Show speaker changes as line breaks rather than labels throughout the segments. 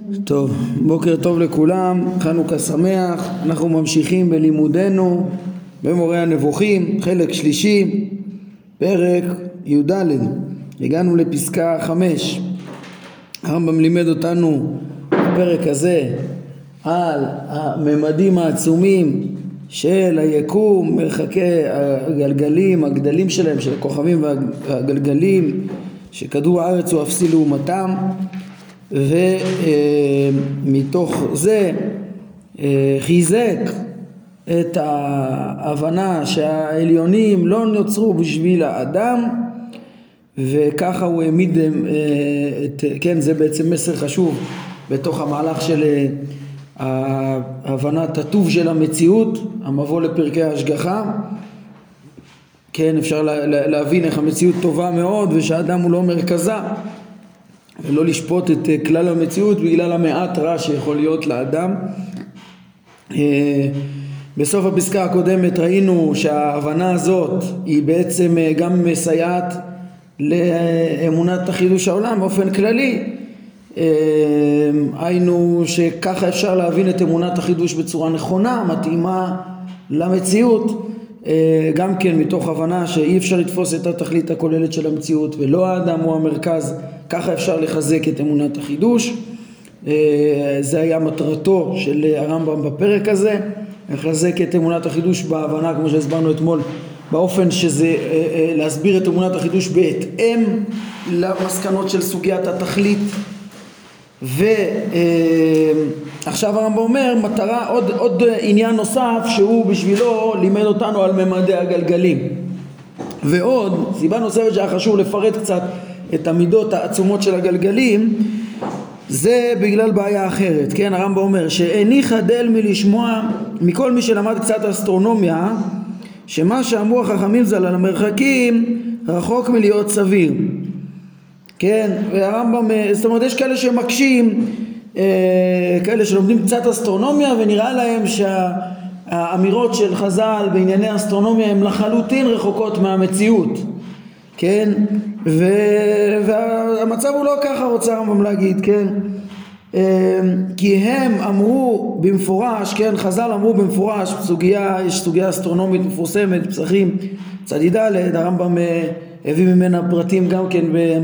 טוב, בוקר טוב לכולם, חנוכה שמח. אנחנו ממשיכים בלימודנו במורה הנבוכים, חלק שלישי, פרק י"ד. הגענו לפסקה 5. הרמב"ם לימד אותנו בפרק הזה על הממדים העצומים של היקום, מרחקי הגלגלים, הגדלים שלהם, של הכוכבים והגלגלים, שכדור הארץ הוא אפסי לעומתם, ומתוך זה חיזק את ההבנה שהעליונים לא נוצרו בשביל האדם, וככה הוא העמיד כן, זה בעצם מסר חשוב בתוך המהלך של הבנת הטוב של המציאות, המבוא לפרקי ההשגחה. כן, אפשר להבין איך המציאות טובה מאוד ושהאדם הוא לא מרכזה, ולא לשפוט את כלל המציאות בגלל המעט רע שיכול להיות לאדם. בסוף הפסקה הקודמת ראינו שההבנה הזאת היא בעצם גם מסייעת לאמונת החידוש העולם באופן כללי. היינו שככה אפשר להבין את אמונת החידוש בצורה נכונה, מתאימה למציאות, גם כן מתוך הבנה שאי אפשר לתפוס את התכלית הכוללת של המציאות ולא האדם הוא המרכז. ככה אפשר לחזק את אמונת החידוש. זה היה מטרתו של הרמב"ם בפרק הזה, לחזק את אמונת החידוש בהבנה, כמו שהסברנו אתמול, באופן שזה להסביר את אמונת החידוש בהתאם למסקנות של סוגיית התכלית. ועכשיו הרמב"ם אומר מטרה, עוד עניין נוסף שהוא בשבילו לימד אותנו על ממדי הגלגלים. ועוד סיבה נוספת שהיה חשוב לפרט קצת את המידות העצומות של הגלגלים, זה בגלל בעיה אחרת. כן, הרמב"ם אומר שאיני חדל מלשמוע מכל מי שלמד קצת אסטרונומיה שמה שאמרו החכמים ז"ל על המרחקים רחוק מלהיות סביר. כן, והרמב"ם, זאת אומרת, יש כאלה שמקשים, כאלה שלומדים קצת אסטרונומיה ונראה להם שהאמירות של חז"ל בענייני אסטרונומיה הם לחלוטין רחוקות מהמציאות. כן, והמצב הוא לא ככה, רוצה הרמב"ם להגיד, כן, כי הם אמרו במפורש, כן, חז"ל אמרו במפורש, יש סוגיה אסטרונומית מפורסמת, פסחים צדיד ד', הרמב"ם הביא ממנה פרטים גם כן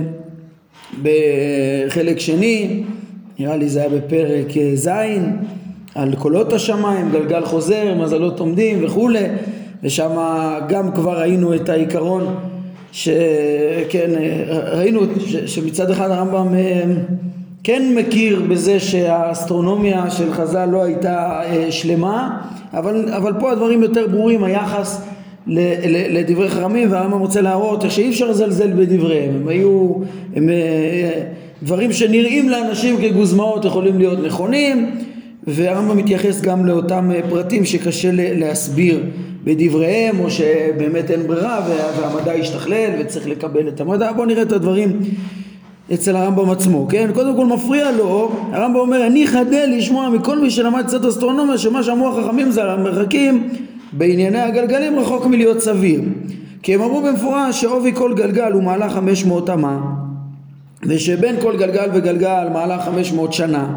בחלק שני, נראה לי זה היה בפרק ז', על קולות השמיים, גלגל חוזר, מזלות עומדים וכו', ושם גם כבר ראינו את העיקרון שכן, ראינו שמצד אחד הרמב"ם כן מכיר בזה שהאסטרונומיה של חז"ל לא הייתה שלמה, אבל פה הדברים יותר ברורים, היחס לדברי חכמים, והרמב"ם רוצה להראות איך שאי אפשר לזלזל בדבריהם. הם היו דברים שנראים לאנשים כגוזמאות יכולים להיות נכונים, והרמב"ם מתייחס גם לאותם פרטים שקשה להסביר בדבריהם, או שבאמת אין ברירה והמדע ישתכלל וצריך לקבל את המדע. בואו נראה את הדברים אצל הרמב"ם עצמו. כן, קודם כל מפריע לו, הרמב"ם אומר אני חדל לשמוע מכל מי שלמד קצת אסטרונומיה שמה שאמרו החכמים זה על המרחקים בענייני הגלגלים רחוק מלהיות סביר, כי הם אמרו במפורש שעובי כל גלגל הוא מעלה 500 אמה, ושבין כל גלגל וגלגל מעלה 500 שנה,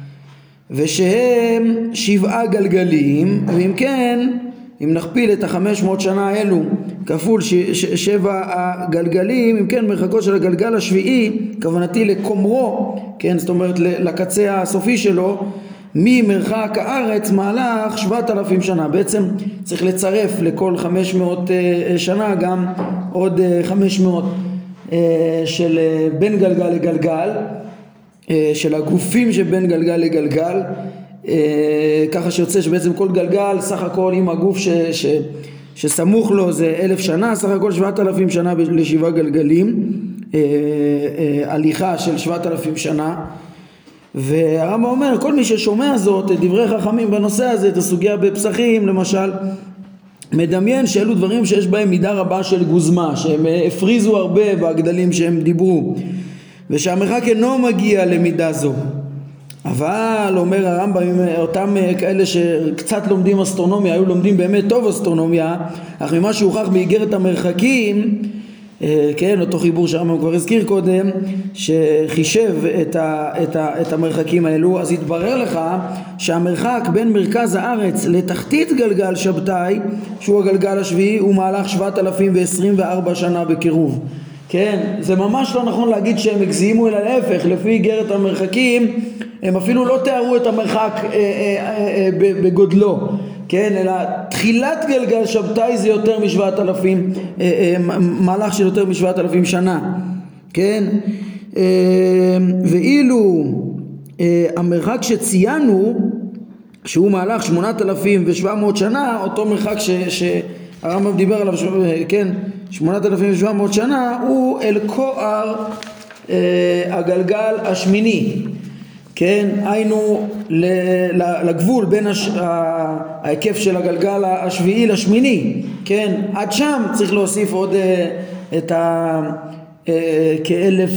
ושהם 7 גלגלים, ואם כן, אם נכפיל את 500 שנה האלו כפול 7 הגלגלים, אם כן מרחקו של הגלגל השביעי, כוונתי לקומרו, כן, זאת אומרת לקצה הסופי שלו, ממרחק הארץ מהלך 7,000 שנה. בעצם צריך לצרף לכל 500 שנה גם עוד 500 של בין גלגל לגלגל, של הגופים שבין גלגל לגלגל, ככה שיוצא שבעצם כל גלגל סך הכל עם הגוף שסמוך לו זה 1,000 שנה, סך הכל 7,000 שנה ל7 גלגלים, הליכה של 7,000 שנה. והרמב"ם אומר כל מי ששומע זאת את דברי חכמים בנושא הזה, את הסוגיה בפסחים למשל, מדמיין שאלו דברים שיש בהם מידה רבה של גוזמה, שהם הפריזו הרבה בגדלים שהם דיברו, ושהמרחק אינו מגיע למידה זו. אבל אומר הרמב"ם, אותם כאלה שקצת לומדים אסטרונומיה, היו לומדים באמת טוב אסטרונומיה, אך ממה שהוכח באיגרת המרחקים כן, אותו חיבור שהרמב"ם כבר הזכיר קודם, שחישב את המרחקים האלו, אז התברר לך שהמרחק בין מרכז הארץ לתחתית גלגל שבתאי, שהוא הגלגל השביעי, הוא מהלך 7,024 שנה בקירוב. כן, זה ממש לא נכון להגיד שהם הגזימו, אלא להפך, לפי איגרת המרחקים הם אפילו לא תיארו את המרחק בגודלו, כן, אלא תחילת גלגל שבתאי זה יותר מ7,000, מהלך של יותר מ7,000 שנה, כן, ואילו המרחק שציינו שהוא מהלך 8,700 שנה, אותו מרחק שהרמב"ם דיבר עליו, כן, 8,700 שנה, הוא אל כואר הגלגל השמיני, כן, היינו לגבול בין ההיקף של הגלגל השביעי לשמיני, כן, עד שם צריך להוסיף עוד את כאלף,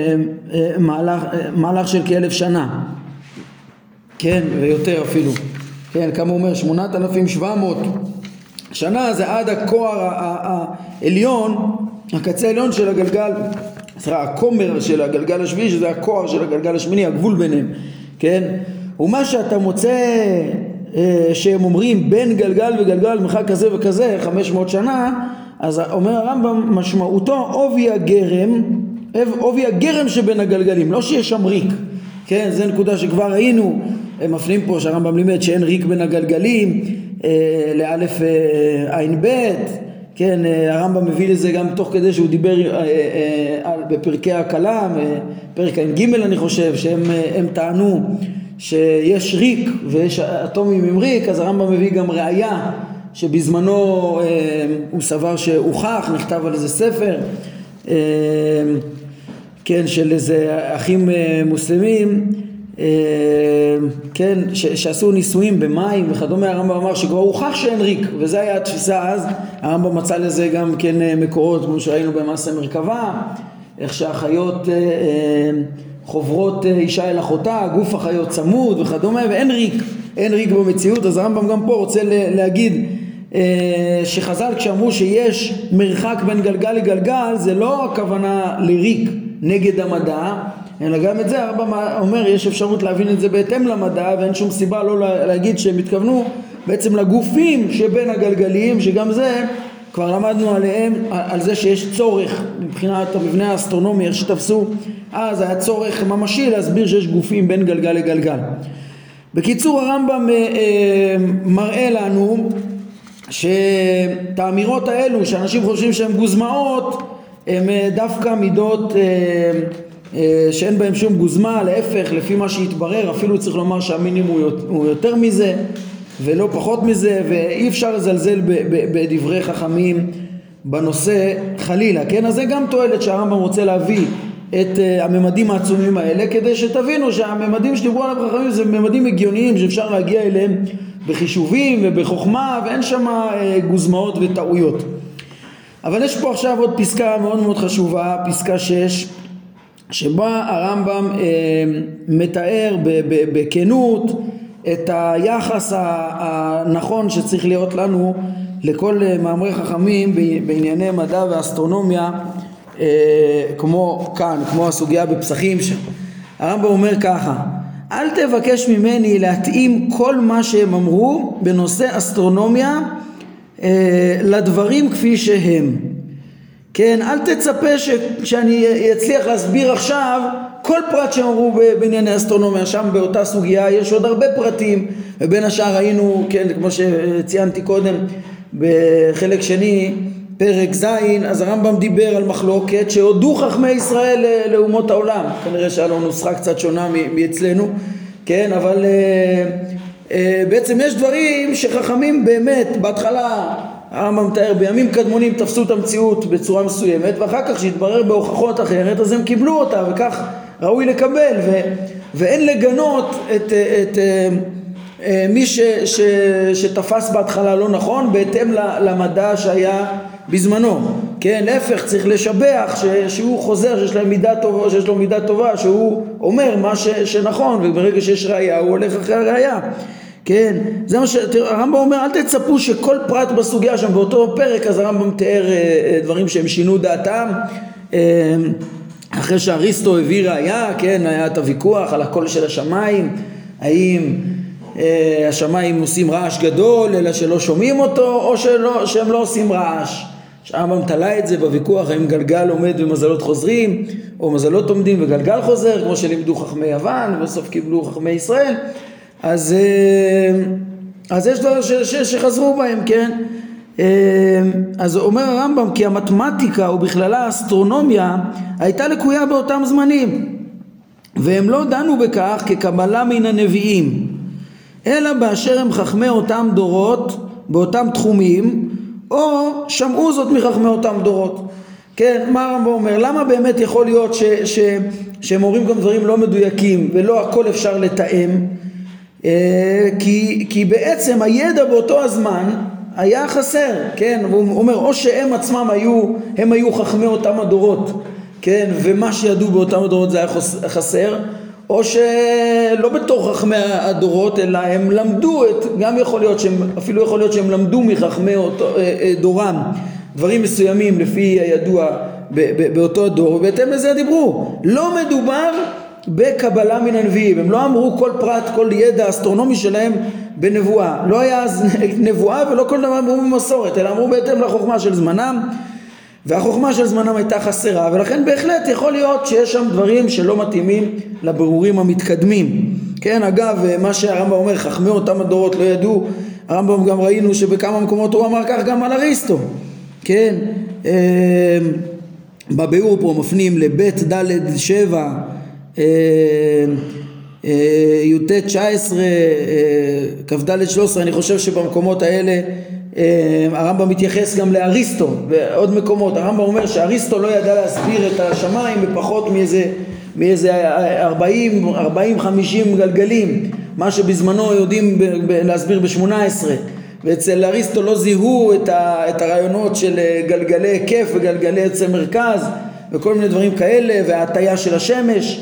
מהלך של כאלף שנה, כן, ויותר אפילו, כן, כמה הוא אומר, 8,700 שנה זה עד הכואר העליון, הקצה העליון של הגלגל, הכומר של הגלגל השביעי, שזה הכואר של הגלגל השמיני, הגבול ביניהם, כן? ומה שאתה מוצא שהם אומרים בין גלגל וגלגל מרחק כזה וכזה 500 שנה, אז אומר הרמב"ם משמעותו עובי הגרם שבין הגלגלים, לא שיש שם ריק, כן? זה נקודה שכבר ראינו, הם מפנים פה שהרמב"ם לימד שאין ריק בין הגלגלים, לאלף עין בית, כן, הרמב"ם מביא לזה גם תוך כדי שהוא דיבר בפרקי הקלם, פרק עין ג' אני חושב, שהם טענו שיש ריק ויש אטומים עם ריק, אז הרמב"ם מביא גם ראיה שבזמנו הוא סבר שהוכח, נכתב על איזה ספר, כן, של איזה אחים מוסלמים, כן, שעשו ניסויים במים וכדומה. הרמב"ם אמר שכבר הוכח שאין ריק, וזה היה התפיסה אז. הרמב"ם מצא לזה גם כן מקורות, כמו שהיינו במעשה מרכבה, איך שהחיות חוברות אישה אל אחותה, גוף החיות צמוד וכדומה, ואין ריק, אין ריק במציאות. אז הרמב"ם גם פה רוצה להגיד שחז"ל כשאמרו שיש מרחק בין גלגל לגלגל, זה לא הכוונה לריק נגד המדע, אלא גם את זה הרמב"ם אומר יש אפשרות להבין את זה בהתאם למדע, ואין שום סיבה לא להגיד שהם התכוונו בעצם לגופים שבין הגלגלים, שגם זה כבר למדנו עליהם, על זה שיש צורך מבחינת המבנה האסטרונומי, איך שתפסו אז היה צורך ממשי להסביר שיש גופים בין גלגל לגלגל. בקיצור הרמב"ם מראה לנו שאת האמירות האלו שאנשים חושבים שהן גוזמאות, הם דווקא מידות שאין בהם שום גוזמה, להפך, לפי מה שהתברר אפילו צריך לומר שהמינימום הוא יותר מזה ולא פחות מזה, ואי אפשר לזלזל בדברי חכמים בנושא חלילה, כן? אז זה גם תועלת שהרמב"ם רוצה להביא את הממדים העצומים האלה, כדי שתבינו שהממדים שדיברו עליהם חכמים זה ממדים הגיוניים שאפשר להגיע אליהם בחישובים ובחוכמה, ואין שם גוזמאות וטעויות. אבל יש פה עכשיו עוד פסקה מאוד מאוד חשובה, פסקה 6, שבה הרמב"ם מתאר בכנות את היחס הנכון שצריך להיות לנו לכל מאמרי חכמים בענייני מדע ואסטרונומיה, כמו כאן, כמו הסוגיה בפסחים. הרמב"ם אומר ככה: אל תבקש ממני להתאים כל מה שהם אמרו בנושא אסטרונומיה לדברים כפי שהם. כן, אל תצפה שאני אצליח להסביר עכשיו כל פרט שאמרו בענייני אסטרונומיה. שם באותה סוגיה יש עוד הרבה פרטים, ובין השאר ראינו, כן, כמו שציינתי קודם בחלק שני פרק ז', אז הרמב"ם דיבר על מחלוקת שהודו חכמי ישראל לאומות העולם. כנראה שהיה לו נוסחה קצת שונה מאצלנו, כן, אבל בעצם יש דברים שחכמים באמת בהתחלה, הרמב"ם מתאר, בימים קדמונים תפסו את המציאות בצורה מסוימת, ואחר כך שהתברר בהוכחות אחרת אז הם קיבלו אותה, וכך ראוי לקבל, ואין לגנות את מי שתפס בהתחלה לא נכון בהתאם למדע שהיה בזמנו. כן, להפך, צריך לשבח שהוא חוזר, שיש לו מידה טובה, שהוא אומר מה שנכון, וברגע שיש ראייה הוא הולך אחרי הראייה. כן, זה מה שהרמב"ם אומר, אל תצפו שכל פרט בסוגיה שם באותו פרק, אז הרמב"ם תיאר דברים שהם שינו דעתם, אחרי שאריסטו הביא ראיה, כן, היה את הוויכוח על הקול של השמיים, האם השמיים עושים רעש גדול אלא שלא שומעים אותו, או שהם לא עושים רעש. שהרמב"ם תלה את זה בוויכוח האם גלגל עומד ומזלות חוזרים, או מזלות עומדים וגלגל חוזר, כמו שלימדו חכמי יוון ובסוף קיבלו חכמי ישראל. אז יש דברים שחזרו בהם, כן? אז אומר הרמב"ם כי המתמטיקה ובכללה האסטרונומיה הייתה לקויה באותם זמנים, והם לא דנו בכך כקבלה מן הנביאים, אלא באשר הם חכמי אותם דורות באותם תחומים, או שמעו זאת מחכמי אותם דורות. כן, מה הרמב"ם אומר? למה באמת יכול להיות שהם אומרים גם דברים לא מדויקים ולא הכל אפשר לתאם? כי בעצם הידע באותו הזמן היה חסר, כן? הוא אומר או שהם עצמם היו חכמי אותם הדורות, כן? ומה שידעו באותם הדורות זה היה חסר, או שלא בתור חכמי הדורות אלא הם למדו גם יכול להיות שהם למדו מחכמי דורם דברים מסוימים לפי הידוע באותו דור, ובהתאם לזה דיברו. לא מדובר בקבלה מן הנביאים, הם לא אמרו כל פרט, כל ידע אסטרונומי שלהם בנבואה, לא היה אז נבואה ולא כל דבר אמרו במסורת, אלא אמרו בהתאם לחוכמה של זמנם, והחוכמה של זמנם הייתה חסרה, ולכן בהחלט יכול להיות שיש שם דברים שלא מתאימים לברורים המתקדמים. כן, אגב, מה שהרמב"ם אומר, חכמי אותם הדורות לא ידעו, הרמב"ם גם ראינו שבכמה מקומות הוא אמר כך גם על אריסטו, כן, בביאור פה מפנים לבית ד' 7 י"ט 19 כ"ד 13, אני חושב שבמקומות האלה הרמב"ם מתייחס גם לאריסטו ועוד מקומות. הרמב"ם אומר שאריסטו לא ידע להסביר את השמיים בפחות מאיזה 40-50 גלגלים, מה שבזמנו יודעים להסביר ב-18, ואצל אריסטו לא זיהו את הרעיונות של גלגלי היקף וגלגלי עצם מרכז וכל מיני דברים כאלה, וההטיה של השמש,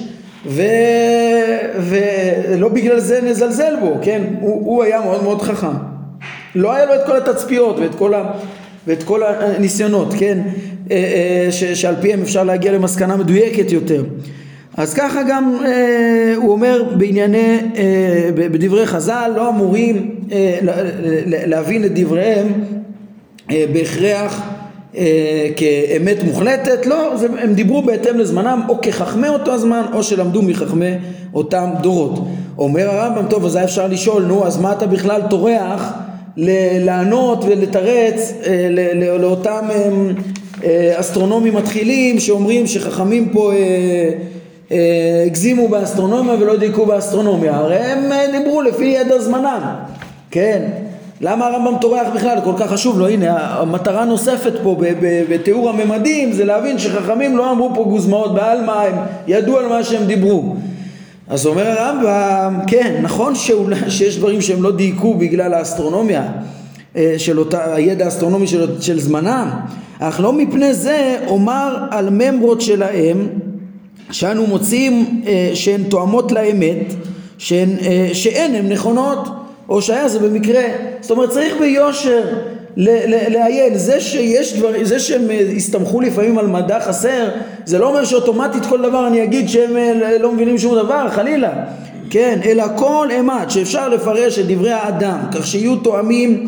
ולא בגלל זה נזלזל בו, כן? הוא היה מאוד מאוד חכם, לא היה לו את כל התצפיות ואת כל הניסיונות, כן? שעל פיהם אפשר להגיע למסקנה מדויקת יותר. אז ככה גם הוא אומר בענייני, בדברי חז"ל לא אמורים להבין את דבריהם בהכרח כאמת מוחלטת, לא, הם דיברו בהתאם לזמנם, או כחכמי אותו הזמן, או שלמדו מחכמי אותם דורות. אומר הרמב"ם, טוב, אז אפשר לשאול, נו, אז מה אתה בכלל טורח לענות ולתרץ לאותם אסטרונומים מתחילים שאומרים שחכמים פה הגזימו באסטרונומיה ולא דייקו באסטרונומיה? הרי הם דיברו לפי ידע זמנם, כן? למה הרמב"ם טורח בכלל? כל כך חשוב לו. הנה, המטרה נוספת פה בתיאור הממדים זה להבין שחכמים לא אמרו פה גוזמאות בעלמא, הם ידעו על מה שהם דיברו. אז אומר הרמב"ם, כן, נכון שיש דברים שהם לא דייקו בגלל האסטרונומיה, של אותה, הידע האסטרונומי של זמנם, אך לא מפני זה אומר על ממרות שלהם שאנו מוצאים שהן תואמות לאמת, שאין הן נכונות, או שהיה זה במקרה. זאת אומרת, צריך ביושר לעיין. זה שיש דברים, זה שהם הסתמכו לפעמים על מדע חסר, זה לא אומר שאוטומטית כל דבר אני אגיד שהם לא מבינים שום דבר, חלילה, כן, אלא כל אמת שאפשר לפרש את דברי האדם כך שיהיו תואמים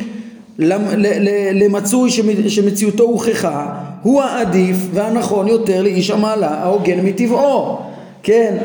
למצוי שמציאותו הוכחה, הוא העדיף והנכון יותר לאיש המעלה ההוגן מטבעו. כן,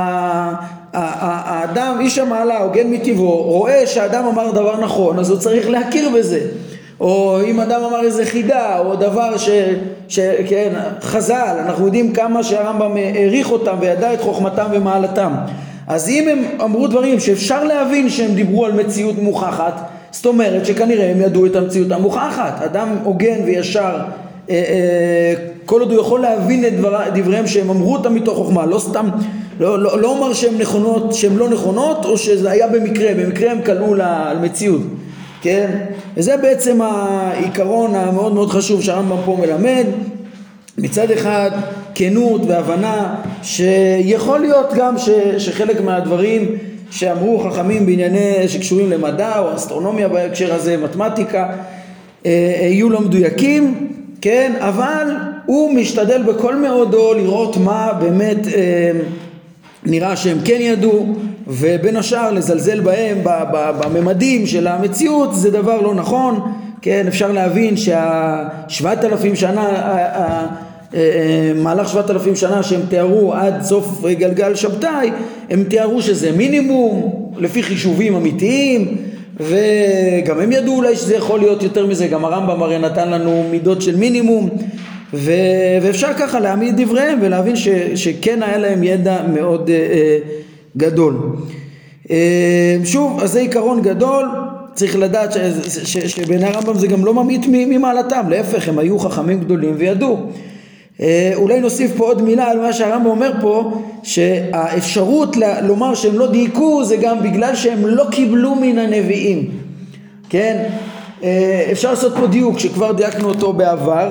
האדם, איש המעלה ההוגן מטבעו, רואה שהאדם אמר דבר נכון, אז הוא צריך להכיר בזה. או אם אדם אמר איזה חידה או דבר כן, חז"ל, אנחנו יודעים כמה שהרמב"ם העריך אותם וידע את חוכמתם ומעלתם. אז אם הם אמרו דברים שאפשר להבין שהם דיברו על מציאות מוכחת, זאת אומרת שכנראה הם ידעו את המציאות המוכחת. אדם הוגן וישר, כל עוד הוא יכול להבין את דבריהם שהם אמרו אותם מתוך חוכמה, לא סתם, לא אומר שהן נכונות, שהן לא נכונות, או שזה היה במקרה הם קלעו למציאות, כן? וזה בעצם העיקרון המאוד מאוד חשוב שהרמב"ם פה מלמד. מצד אחד כנות והבנה שיכול להיות גם שחלק מהדברים שאמרו חכמים בענייני שקשורים למדע או אסטרונומיה בהקשר הזה, מתמטיקה, יהיו לא מדויקים, כן, אבל הוא משתדל בכל מאודו לראות מה באמת נראה שהם כן ידעו, ובין השאר לזלזל בהם בממדים של המציאות זה דבר לא נכון. כן, אפשר להבין שה7,000 שנה, מהלך 7,000 שנה שהם תיארו עד סוף גלגל שבתאי, הם תיארו שזה מינימום לפי חישובים אמיתיים, וגם הם ידעו אולי שזה יכול להיות יותר מזה. גם הרמב"ם הרי נתן לנו מידות של מינימום, ואפשר ככה להעמיד דבריהם ולהבין שכן היה להם ידע מאוד גדול. שוב, אז זה עיקרון גדול. צריך לדעת שבעיני הרמב"ם זה גם לא ממעיט ממעלתם, להפך, הם היו חכמים גדולים וידעו. אולי נוסיף פה עוד מילה על מה שהרמב"ם אומר פה, שהאפשרות לומר שהם לא דייקו זה גם בגלל שהם לא קיבלו מן הנביאים. כן, אפשר לעשות פה דיוק שכבר דייקנו אותו בעבר,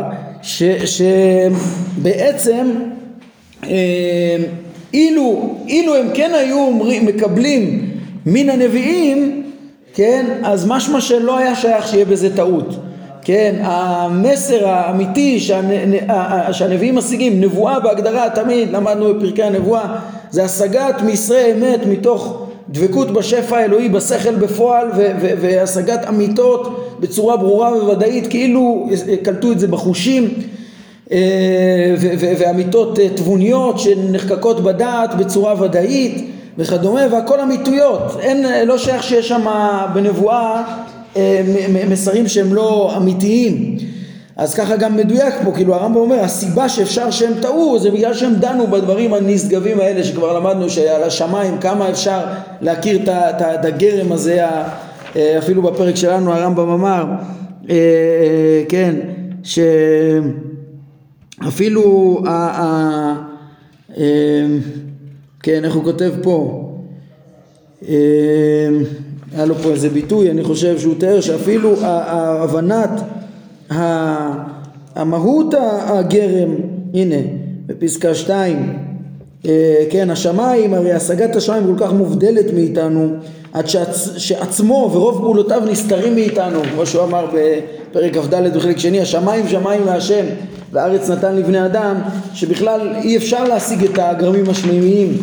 שבעצם אילו הם כן היו מקבלים מן הנביאים, כן, אז משמע שלא היה שייך שיהיה בזה טעות. כן, המסר האמיתי שהנביאים משיגים, נבואה בהגדרה, תמיד למדנו בפרקי הנבואה, זה השגת מסרי אמת מתוך דבקות בשפע האלוהי, בשכל בפועל, והשגת אמיתות בצורה ברורה וודאית, כאילו קלטו את זה בחושים, ואמיתות תבוניות שנחקקות בדעת בצורה ודאית וכדומה, והכל אמיתויות. לא שייך שיש שם בנבואה מסרים שהם לא אמיתיים. אז ככה גם מדויק פה, כאילו הרמב"ם אומר, הסיבה שאפשר שהם טעו זה בגלל שהם דנו בדברים הנשגבים האלה שכבר למדנו, שעל השמיים כמה אפשר להכיר את הגרם הזה. אפילו בפרק שלנו הרמב"ם אמר, כן, שאפילו כן, איך הוא כותב פה, היה לו פה איזה ביטוי, אני חושב שהוא תיאר שאפילו הבנת המהות הגרם, הנה בפסקה 2, כן, השמיים, הרי השגת השמיים כל כך מובדלת מאיתנו, עד שעצמו ורוב פעולותיו נסתרים מאיתנו, כמו שהוא אמר בפרק כ"ד בחלק שני, השמיים שמיים להשם והארץ נתן לבני אדם, שבכלל אי אפשר להשיג את הגרמים השמימיים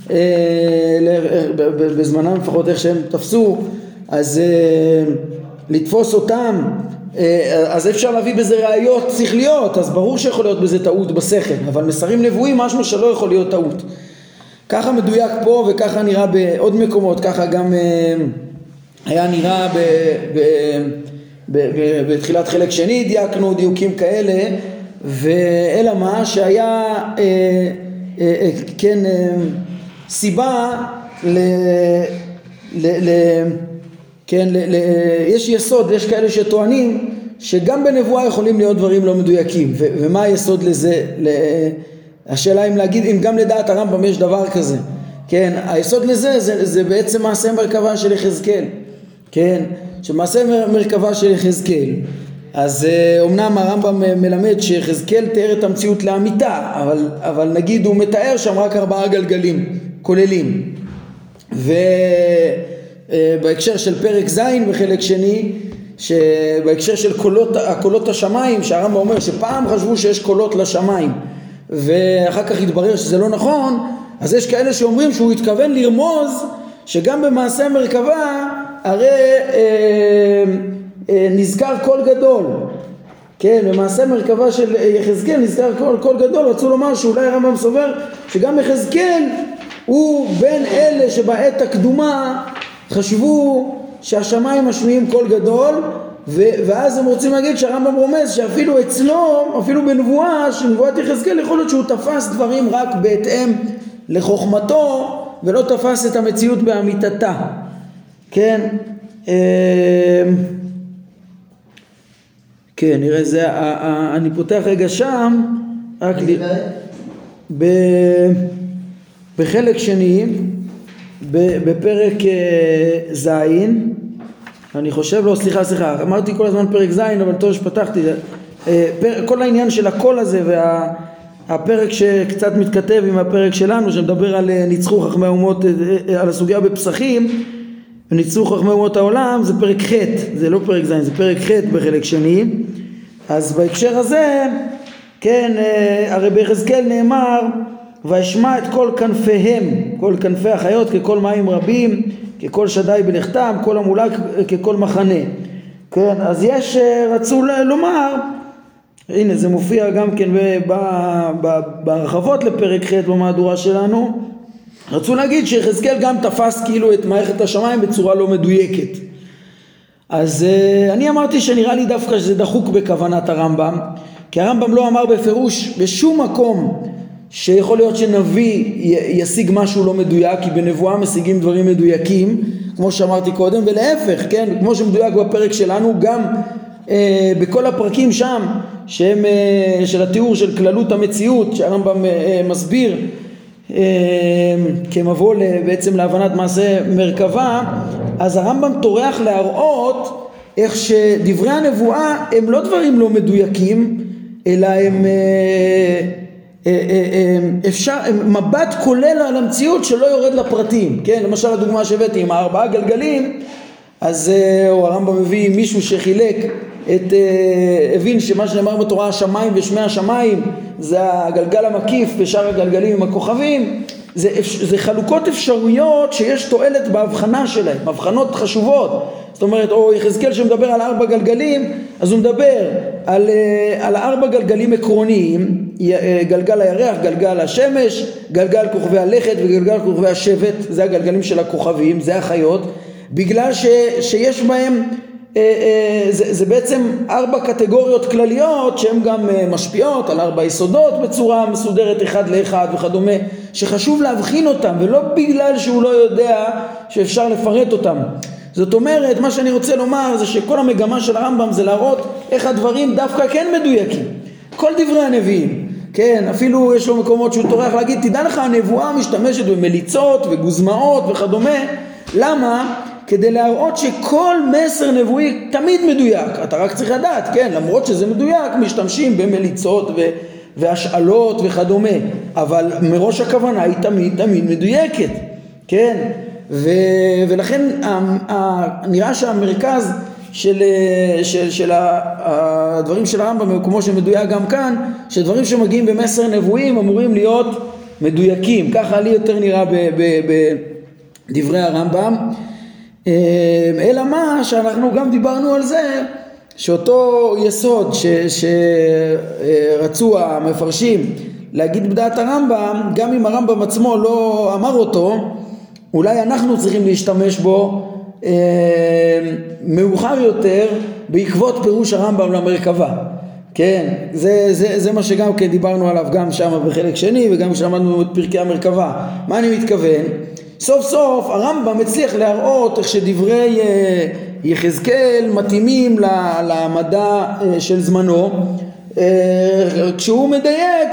בזמנם, לפחות איך שהם תפסו, אז לתפוס אותם, אז אפשר להביא בזה ראיות שכליות, אז ברור שיכול להיות בזה טעות בשכל, אבל מסרים נבואים משהו שלא יכול להיות טעות. ככה מדויק פה וככה נראה בעוד מקומות, ככה גם היה נראה בתחילת חלק שני, דייקנו דיוקים כאלה, ואלא מה שהיה כן סיבה יש יסוד, יש כאלה שטוענים שגם בנבואה יכולים להיות דברים לא מדויקים, ומה היסוד לזה? השאלה אם להגיד, אם גם לדעת הרמב"ם יש דבר כזה, כן, היסוד לזה זה בעצם מעשה מרכבה של יחזקאל, כן, שמעשה מרכבה של יחזקאל, אז אמנם הרמב"ם מלמד שיחזקאל תיאר את המציאות לאמיתה, אבל נגיד הוא מתאר שם רק 4 גלגלים כוללים, ובהקשר של פרק ז' בחלק שני, שבהקשר של קולות השמיים, שהרמב"ם אומר שפעם חשבו שיש קולות לשמיים ואחר כך התברר שזה לא נכון, אז יש כאלה שאומרים שהוא התכוון לרמוז שגם במעשה מרכבה הרי נזכר קול גדול, כן, במעשה מרכבה של יחזקאל נזכר קול גדול. רצו לומר שאולי הרמב"ם סובר שגם יחזקאל הוא בין אלה שבעת הקדומה חשבו שהשמיים משמיעים קול גדול, ואז הם רוצים להגיד שהרמב"ם רומז שאפילו אצלו, אפילו בנבואה, שנבואת יחזקאל, יכול להיות שהוא תפס דברים רק בהתאם לחוכמתו ולא תפס את המציאות באמיתתה. כן, כן, נראה זה, אני פותח רגע שם, רק בחלק שני, בפרק ז', אני חושב, לא, סליחה, אמרתי כל הזמן פרק ז', אבל טוב שפתחתי, כל העניין של הקול הזה הפרק שקצת מתכתב עם הפרק שלנו שמדבר על ניצחו חכמי האומות, על הסוגיה בפסחים, ניצחו חכמי אומות העולם, זה פרק ח', זה לא פרק ז', זה פרק ח' בחלק שני. אז בהקשר הזה, כן, הרי ביחזקאל נאמר ואשמע את כל כנפיהם, כל כנפי החיות ככל מים רבים, ככל שדי בלכתם, כל המולק ככל מחנה. כן, אז יש, רצו לומר, הנה זה מופיע גם כן בהרחבות לפרק ח' במהדורה שלנו, רצו להגיד שיחזקאל גם תפס כאילו את מערכת השמיים בצורה לא מדויקת. אז אני אמרתי שנראה לי דווקא שזה דחוק בכוונת הרמב"ם, כי הרמב"ם לא אמר בפירוש בשום מקום שיכול להיות שנביא ישיג משהו לא מדויק, כי בנבואה משיגים דברים מדויקים, כמו שאמרתי קודם, ולהפך, כן, כמו שמדויק בפרק שלנו, גם בכל הפרקים שם, שהם של התיאור של כללות המציאות, שהרמב"ם מסביר, כמבוא בעצם להבנת מעשה מרכבה, אז הרמב"ם טורח להראות איך שדברי הנבואה הם לא דברים לא מדויקים, אלא הם אפשר, מבט כולל על המציאות שלא יורד לפרטים. כן, למשל הדוגמה שהבאתי עם 4 גלגלים, אז הרמב"ם מביא מישהו שחילק הבין שמה שנאמר בתורה השמיים ושמי השמיים זה הגלגל המקיף ושאר הגלגלים עם הכוכבים, זה חלוקות אפשרויות שיש תועלת בהבחנה שלהם, הבחנות חשובות. זאת אומרת, או יחזקאל שמדבר על 4 גלגלים, אז הוא מדבר על 4 גלגלים עקרוניים, גלגל הירח, גלגל השמש, גלגל כוכבי הלכת וגלגל כוכבי השבט, זה הגלגלים של הכוכבים, זה החיות, בגלל שיש בהם זה בעצם 4 קטגוריות כלליות שהן גם משפיעות על 4 יסודות בצורה מסודרת אחד לאחד וכדומה, שחשוב להבחין אותם, ולא בגלל שהוא לא יודע שאפשר לפרט אותם. זאת אומרת, מה שאני רוצה לומר זה שכל המגמה של הרמב"ם זה להראות איך הדברים דווקא כן מדויקים. כל דברי הנביאים, כן, אפילו יש לו מקומות שהוא טורח להגיד, תדע לך, הנבואה משתמשת במליצות וגוזמאות וכדומה. למה? כדי להראות שכל מסר נבואי תמיד מדויק. אתה רק צריך לדעת, כן, למרות שזה מדויק, משתמשים במליצות והשאלות וכדומה, אבל מראש הכוונה היא תמיד מדויקת, כן? ולכן נראה שהמרכז של הדברים של הרמב"ם, כמו שמדויק גם כאן, שדברים שמגיעים במסר נבואי אמורים להיות מדויקים. ככה לי יותר נראה בדברי הרמב"ם. אלא מה שאנחנו גם דיברנו על זה, שאותו יסוד שרצו המפרשים להגיד בדעת הרמב"ם, גם אם הרמב"ם עצמו לא אמר אותו, אולי אנחנו צריכים להשתמש בו מאוחר יותר בעקבות פירוש הרמב"ם למרכבה. כן, זה מה שגם כן דיברנו עליו גם שם בחלק שני, וגם כשלמדנו את פרקי המרכבה. מה אני מתכוון? סוף סוף הרמב"ם הצליח להראות איך שדברי יחזקאל מתאימים למדע של זמנו, כשהוא מדייק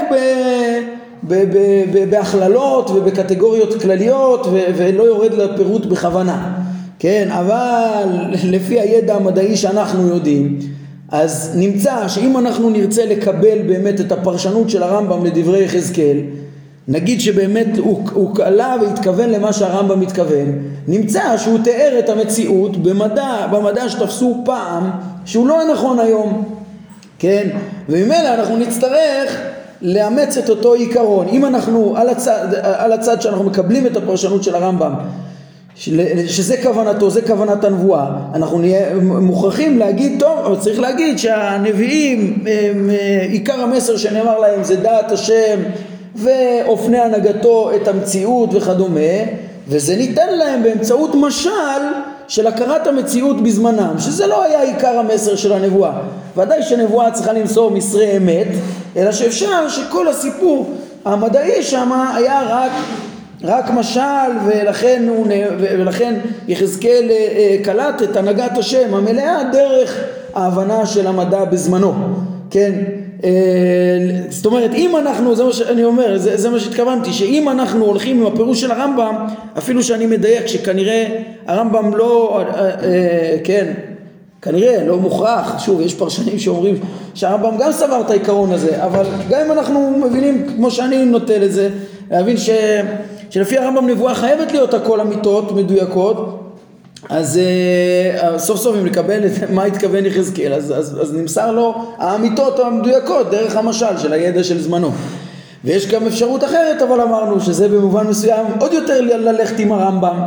בהכללות ובקטגוריות כלליות ולא יורד לפירוט בכוונה. כן, אבל לפי הידע המדעי שאנחנו יודעים, אז נמצא שאם אנחנו נרצה לקבל באמת את הפרשנות של הרמב"ם לדברי יחזקאל, נגיד שבאמת הוא קלה והתכוון למה שהרמב"ם מתכוון, נמצא שהוא תיאר את המציאות במדע שתפסו פעם שהוא לא נכון היום, כן? וממילא אנחנו נצטרך לאמץ את אותו עיקרון. אם אנחנו על הצד שאנחנו מקבלים את הפרשנות של הרמב"ם, שזה כוונתו, זה כוונת הנבואה, אנחנו נהיה מוכרחים להגיד, טוב, אבל צריך להגיד שהנביאים, עיקר המסר שנאמר להם זה דעת השם ואופני הנהגתו את המציאות וכדומה, וזה ניתן להם באמצעות משל של הכרת המציאות בזמנם, שזה לא היה עיקר המסר של הנבואה. ודאי שנבואה צריכה למסור מסרי אמת, אלא שאפשר שכל הסיפור המדעי שם היה רק משל, ולכן יחזקאל קלט את הנהגת השם המלאה דרך ההבנה של המדע בזמנו. כן, זאת אומרת, אם אנחנו, זה מה שאני אומר, זה מה שהתכוונתי, שאם אנחנו הולכים עם הפירוש של הרמב"ם, אפילו שאני מדייק שכנראה הרמב"ם לא, כן, כנראה, לא מוכרח, שוב, יש פרשנים שאומרים שהרמב"ם גם סבר את העיקרון הזה, אבל גם אם אנחנו מבינים, כמו שאני נוטה לזה, להבין שלפי הרמב"ם נבואה חייבת להיות הכל אמיתות מדויקות, אז סוף סוף אם לקבל את מה התכוון יחזקאל, אז נמסר לו האמיתות המדויקות דרך המשל של הידע של זמנו. ויש גם אפשרות אחרת, אבל אמרנו שזה במובן מסוים עוד יותר ללכת עם הרמב"ם,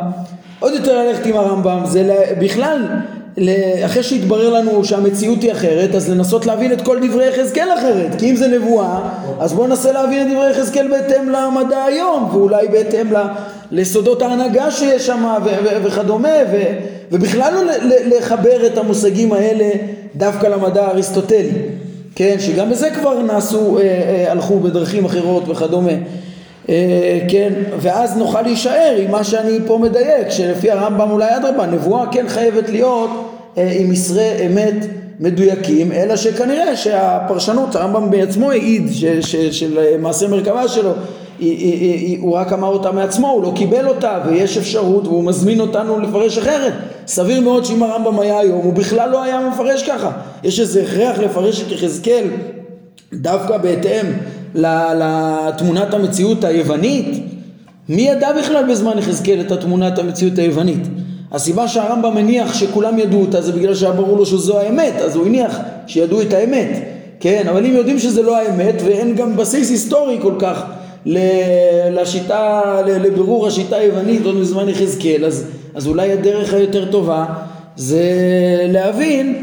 זה בכלל, אחרי שהתברר לנו שהמציאות היא אחרת, אז לנסות להבין את כל דברי יחזקאל אחרת, כי אם זה נבואה, אז בואו ננסה להבין את דברי יחזקאל בהתאם למדע היום, ואולי בהתאם לסודות ההנהגה שיש שם וכדומה, ובכלל לא לחבר את המושגים האלה דווקא למדע האריסטוטלי, כן, שגם בזה כבר הלכו בדרכים אחרות וכדומה, כן, ואז נוכל להישאר עם מה שאני פה מדייק, שלפי הרמב"ם אולי אדרבה, נבואה כן חייבת להיות עם מסרי אמת מדויקים, אלא שכנראה שהפרשנות, הרמב"ם בעצמו העיד של מעשה מרכבה שלו, הוא רק אמר אותה מעצמו, הוא לא קיבל אותה, ויש אפשרות, והוא מזמין אותנו לפרש אחרת. סביר מאוד שאם הרמב"ם היה היום, הוא בכלל לא היה מפרש ככה. יש איזה הכרח לפרש את יחזקאל דווקא בהתאם לתמונת המציאות היוונית. מי ידע בכלל בזמן יחזקאל את תמונת המציאות היוונית? הסיבה שהרמב"ם מניח שכולם ידעו אותה זה בגלל שהיה ברור לו שזו האמת, אז הוא הניח שידעו את האמת, כן, אבל אם יודעים שזה לא האמת ואין גם בסיס היסטורי כל כך לשיטה, לבירור השיטה היוונית עוד מזמן יחזקאל, אז אולי הדרך היותר טובה זה להבין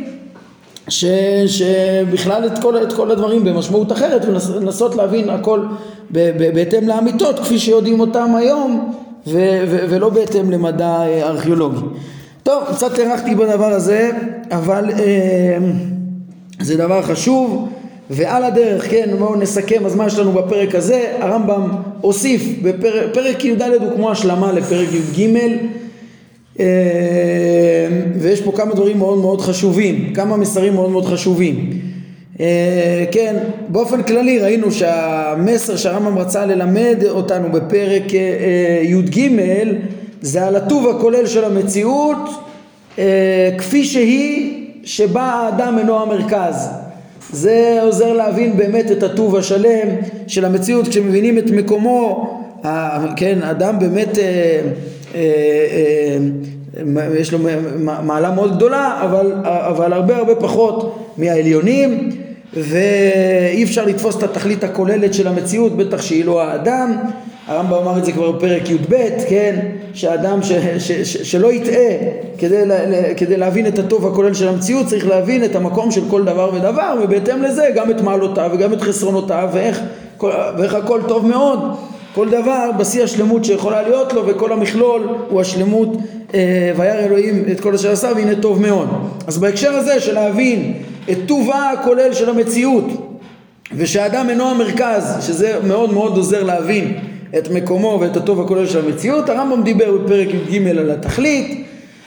שבכלל את כל הדברים במשמעות אחרת, ולנסות להבין הכל בהתאם לאמיתות כפי שיודעים אותם היום, ולא בהתאם למדע ארכיאולוגי. טוב, קצת הרחתי בדבר הזה, אבל זה דבר חשוב. ועל הדרך, כן, בואו נסכם, אז מה יש לנו בפרק הזה? הרמב"ם הוסיף, פרק י"ד הוא כמו השלמה לפרק י"ג, ויש פה כמה דברים מאוד מאוד חשובים, כמה מסרים מאוד מאוד חשובים. כן, באופן כללי ראינו שהמסר שהרמב"ם רצה ללמד אותנו בפרק י"ג זה על הטוב הכולל של המציאות כפי שהיא, שבה האדם אינו המרכז. זה עוזר להבין באמת את הטוב השלם של המציאות כשמבינים את מקומו. כן, אדם באמת יש לו מעלה מאוד גדולה, אבל הרבה פחות מהעליונים, ואי אפשר לתפוס את התכלית הכוללת של המציאות, בטח שהיא לא האדם. הרמב"ם אמר את זה כבר בפרק י"ב, כן, שהאדם שלא יטעה, כדי להבין את הטוב הכולל של המציאות צריך להבין את המקום של כל דבר ודבר, ובהתאם לזה גם את מעלותיו וגם את חסרונותיו, ואיך הכל טוב מאוד, כל דבר בשיא השלמות שיכולה להיות לו, וכל המכלול הוא השלמות, וירא אלוהים את כל אשר עשה והנה טוב מאוד. אז בהקשר הזה של להבין את טובה הכולל של המציאות ושהאדם אינו המרכז, שזה מאוד מאוד עוזר להבין את מקומו ואת הטוב הכולל של המציאות, הרמב"ם דיבר בפרק י"ג על התכלית,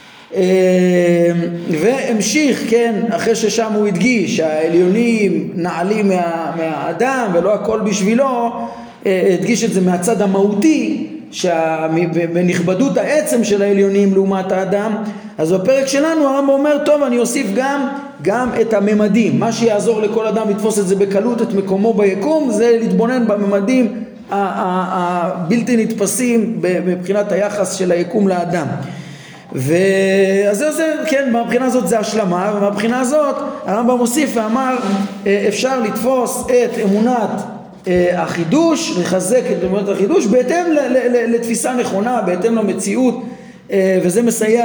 והמשיך, כן, אחרי ששם הוא הדגיש שהעליונים נעלים מהאדם ולא הכל בשבילו, הדגיש את זה מהצד המהותי, בנכבדות העצם של העליונים לעומת האדם. אז בפרק שלנו הרמב"ם אומר, טוב, אני אוסיף גם את הממדים, מה שיעזור לכל אדם לתפוס את זה בקלות, את מקומו ביקום, זה להתבונן בממדים הבלתי נתפסים מבחינת היחס של היקום לאדם. אז זה, כן, מהבחינה הזאת זה השלמה, ומהבחינה הזאת הרמב"ם מוסיף ואמר, אפשר לתפוס את אמונת החידוש, לחזק את אמונת החידוש בהתאם לתפיסה נכונה, בהתאם למציאות, וזה מסייע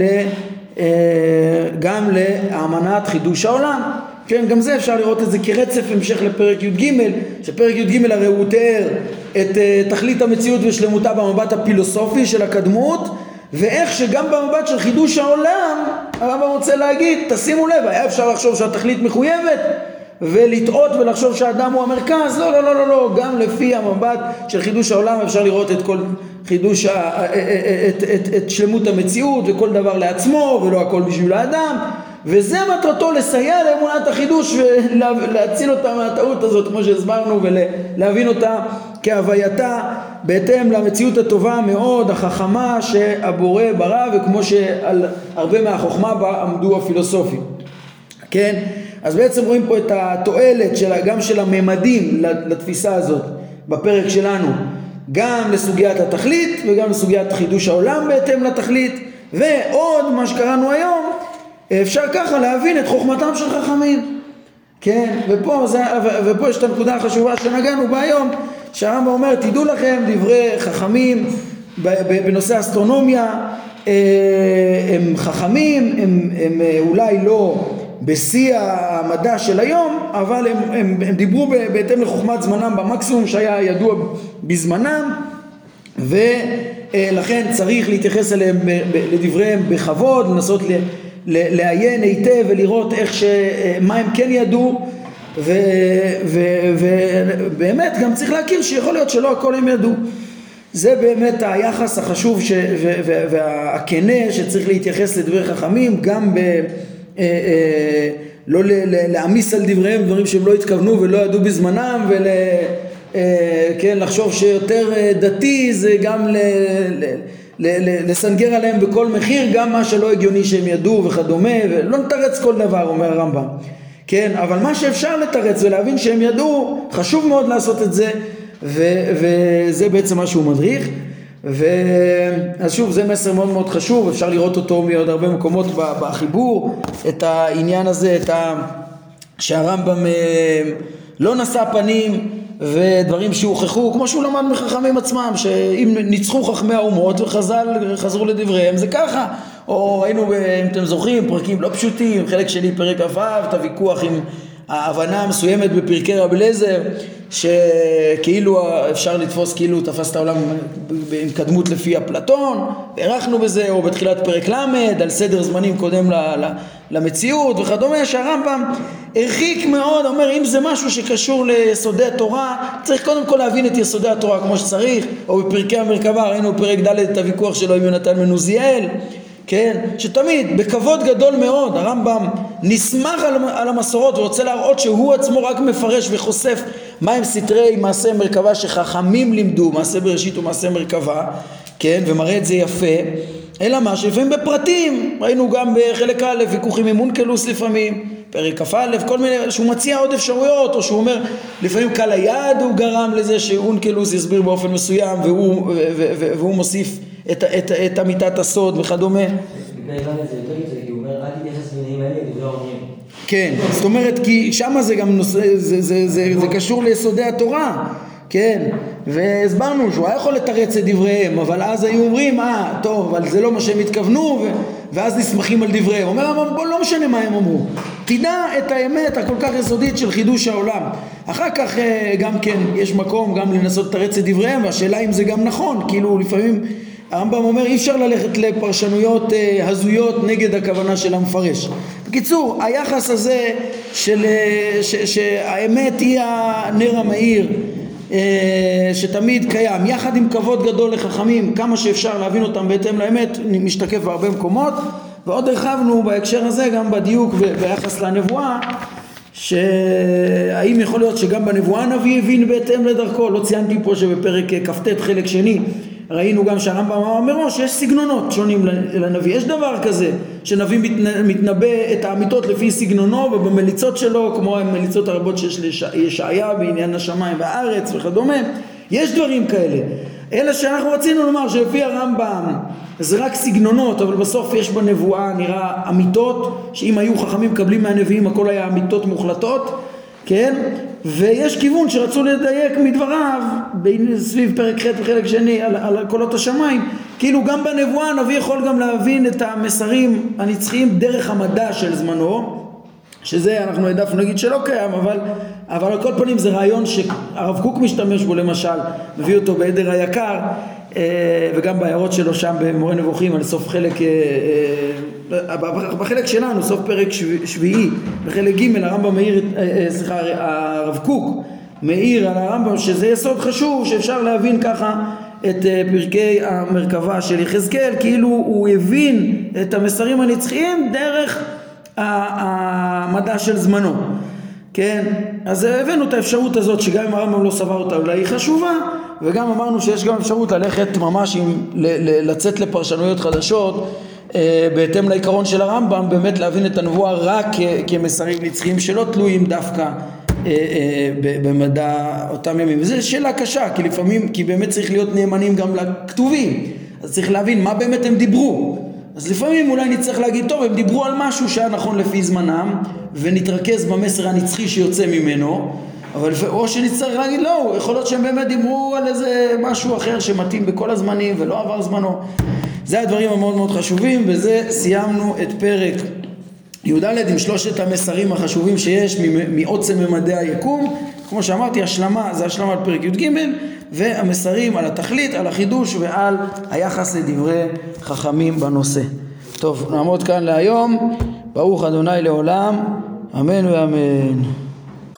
גם לאמנת חידוש העולם. כן, גם זה אפשר לראות את זה כרצף המשך לפרק י"ג, שפרק י"ג הרי הוא תיאר את תכלית המציאות ושלמותה במבט הפילוסופי של הקדמות, ואיך שגם במבט של חידוש העולם הרמב"ם רוצה להגיד, תשימו לב, היה אפשר לחשוב שהתכלית מחויבת ולטעות ולחשוב שהאדם הוא המרכז, לא, גם לפי המבט של חידוש העולם אפשר לראות את כל חידוש, את שלמות המציאות וכל דבר לעצמו ולא הכל בשביל האדם, וזה מטרתו לסייע לאמונת החידוש ולהציל אותה מהטעות הזאת כמו שהסברנו, ולהבין אותה כהווייתה בהתאם למציאות הטובה מאוד, החכמה שהבורא ברא, וכמו שעל הרבה מהחוכמה בה עמדו הפילוסופים. כן? אז בעצם רואים פה את התועלת גם של הממדים לתפיסה הזאת בפרק שלנו, גם לסוגיית התכלית וגם לסוגיית חידוש העולם בהתאם לתכלית, ועוד מה שקראנו היום, אפשר ככה להבין את חוכמתם של חכמים. כן, ופה יש את הנקודה החשובה שנגענו בה היום, שהרמב"ם אומר, תדעו לכם, דברי חכמים בנושא אסטרונומיה, הם חכמים, הם אולי לא בשיא המדע של היום, אבל הם דיברו בהתאם לחוכמת זמנם במקסימום שהיה ידוע בזמנם, ולכן צריך להתייחס אליהם, לדבריהם בכבוד, לנסות לעיין היטב ולראות מה הם כן ידעו, ובאמת גם צריך להכיר שיכול להיות שלא הכל הם ידעו. זה באמת היחס החשוב והכנה שצריך להתייחס לדברי חכמים, גם לא להעמיס על דבריהם דברים שהם לא התכוונו ולא ידעו בזמנם, כן, לחשוב שיותר דתי זה גם לסנגר עליהם בכל מחיר, גם מה שלא הגיוני שהם ידעו וכדומה, ולא נתרץ כל דבר, אומר הרמב"ם. כן, אבל מה שאפשר לתרץ ולהבין שהם ידעו, חשוב מאוד לעשות את זה, וזה בעצם מה שהוא מדריך. אז שוב, זה מסר מאוד מאוד חשוב, אפשר לראות אותו מעוד הרבה מקומות בחיבור, את העניין הזה, שהרמב"ם לא נשא פנים, ודברים שהוכחו, כמו שהוא למד מחכמים עצמם, שאם ניצחו חכמי האומות וחזרו לדבריהם, זה ככה. או ראינו, אם אתם זוכרים, פרקים לא פשוטים, חלק שני פרק כ"ו, את הוויכוח עם ההבנה המסוימת בפרקי רבי אליעזר, שכאילו אפשר לתפוס כאילו תפס את העולם עם קדמות לפי אפלטון, ערכנו בזה, או בתחילת פרק למד, על סדר זמנים קודם למציאות וכדומה, שהרמב"ם הרחיק מאוד, אומר אם זה משהו שקשור ליסודי התורה, צריך קודם כל להבין את יסודי התורה כמו שצריך, או בפרקי המרכבה, ראינו פרק ד' את הוויכוח שלו עם יונתן בן עוזיאל, כן? שתמיד בכבוד גדול מאוד הרמב"ם נסמך על המסורות ורוצה להראות שהוא עצמו רק מפרש וחושף מהם סתרי מעשה מרכבה שחכמים לימדו, מעשה בראשית ומעשה מרכבה, כן? ומראה את זה יפה, אלא מה שלפעמים בפרטים, ראינו גם בחלק א' ויכוחים עם אונקלוס לפעמים, פרק כ"א, כל מיני, שהוא מציע עוד אפשרויות, או שהוא אומר לפעמים קל היד הוא גרם לזה שאונקלוס יסביר באופן מסוים והוא מוסיף את אמיתת הסוד וכדומה. כן, זאת אומרת כי שמה זה גם נושא, זה קשור ליסודי התורה, כן, והסברנו שהוא היה יכול לתרץ את דבריהם, אבל אז היו אומרים, טוב, אבל זה לא מה שהם התכוונו, ואז נסמכים על דבריהם. אומר, בוא, לא משנה מה הם אמרו, תדע את האמת הכל כך יסודית של חידוש העולם. אחר כך גם כן יש מקום גם לנסות לתרץ את דבריהם, והשאלה אם זה גם נכון, כאילו לפעמים הרמב"ם אומר אי אפשר ללכת לפרשנויות הזויות נגד הכוונה של המפרש. בקיצור, היחס הזה שהאמת היא הנר המאיר שתמיד קיים, יחד עם כבוד גדול לחכמים, כמה שאפשר להבין אותם בהתאם לאמת, משתקף בהרבה מקומות. ועוד הרחבנו בהקשר הזה גם בדיוק ביחס לנבואה, שהאם יכול להיות שגם בנבואה הנביא הבין בהתאם לדרכו. לא ציינתי פה שבפרק כ"ט חלק שני ראינו גם שהרמב"ם אמר מראש שיש סגנונות שונים לנביא. יש דבר כזה שנביא מתנבא את האמיתות לפי סגנונו ובמליצות שלו, כמו המליצות הרבות שיש לישעיה בעניין השמיים והארץ וכדומה. יש דברים כאלה, אלא שאנחנו רצינו לומר שלפי הרמב"ם זה רק סגנונות, אבל בסוף יש בנבואה נראה אמיתות, שאם היו חכמים מקבלים מהנביאים הכל היה אמיתות מוחלטות, כן? ויש כיוון שרצו לדייק מדבריו סביב פרק ח' וחלק שני על קולות השמיים, כאילו גם בנבואה הנביא יכול גם להבין את המסרים הנצחיים דרך המדע של זמנו, שזה אנחנו העדפנו נגיד שלא קיים, אבל על כל פנים זה רעיון שהרב קוק משתמש בו, למשל מביא אותו בעדר היקר, וגם בהערות שלו שם במורה נבוכים על סוף חלק, בחלק שלנו סוף פרק שביעי בחלק ג' הרמב"ם מאיר, הרב קוק מאיר על הרמב"ם שזה יסוד חשוב שאפשר להבין ככה את פרקי המרכבה של יחזקאל, כאילו הוא הבין את המסרים הנצחיים דרך המדע של זמנו, כן? אז הבאנו את האפשרות הזאת שגם אם הרמב"ם לא סבר אותה אולי היא חשובה, וגם אמרנו שיש גם אפשרות ללכת ממש לצאת לפרשנויות חדשות בהתאם לעיקרון של הרמב"ם, באמת להבין את הנבואה רק כמסרים נצחיים שלא תלויים דווקא במדע אותם ימים. וזו שאלה קשה, כי באמת צריך להיות נאמנים גם לכתובים, אז צריך להבין מה באמת הם דיברו. אז לפעמים אולי נצטרך להגיד, טוב, הם דיברו על משהו שהיה נכון לפי זמנם, ונתרכז במסר הנצחי שיוצא ממנו, אבל או שנצטרך להגיד, לא, יכול להיות שהם באמת דיברו על איזה משהו אחר שמתאים בכל הזמנים ולא עבר זמנו. זה הדברים המאוד מאוד חשובים, וזה סיימנו את פרק י"ד עם שלושת המסרים החשובים שיש מעוצם ממדי היקום. כמו שאמרתי, השלמה, זה השלמה על פרק י"ג, והמסרים על התכלית, על החידוש ועל היחס לדברי חכמים בנושא. טוב, נעמוד כאן להיום. ברוך אדוני לעולם, אמן ואמן.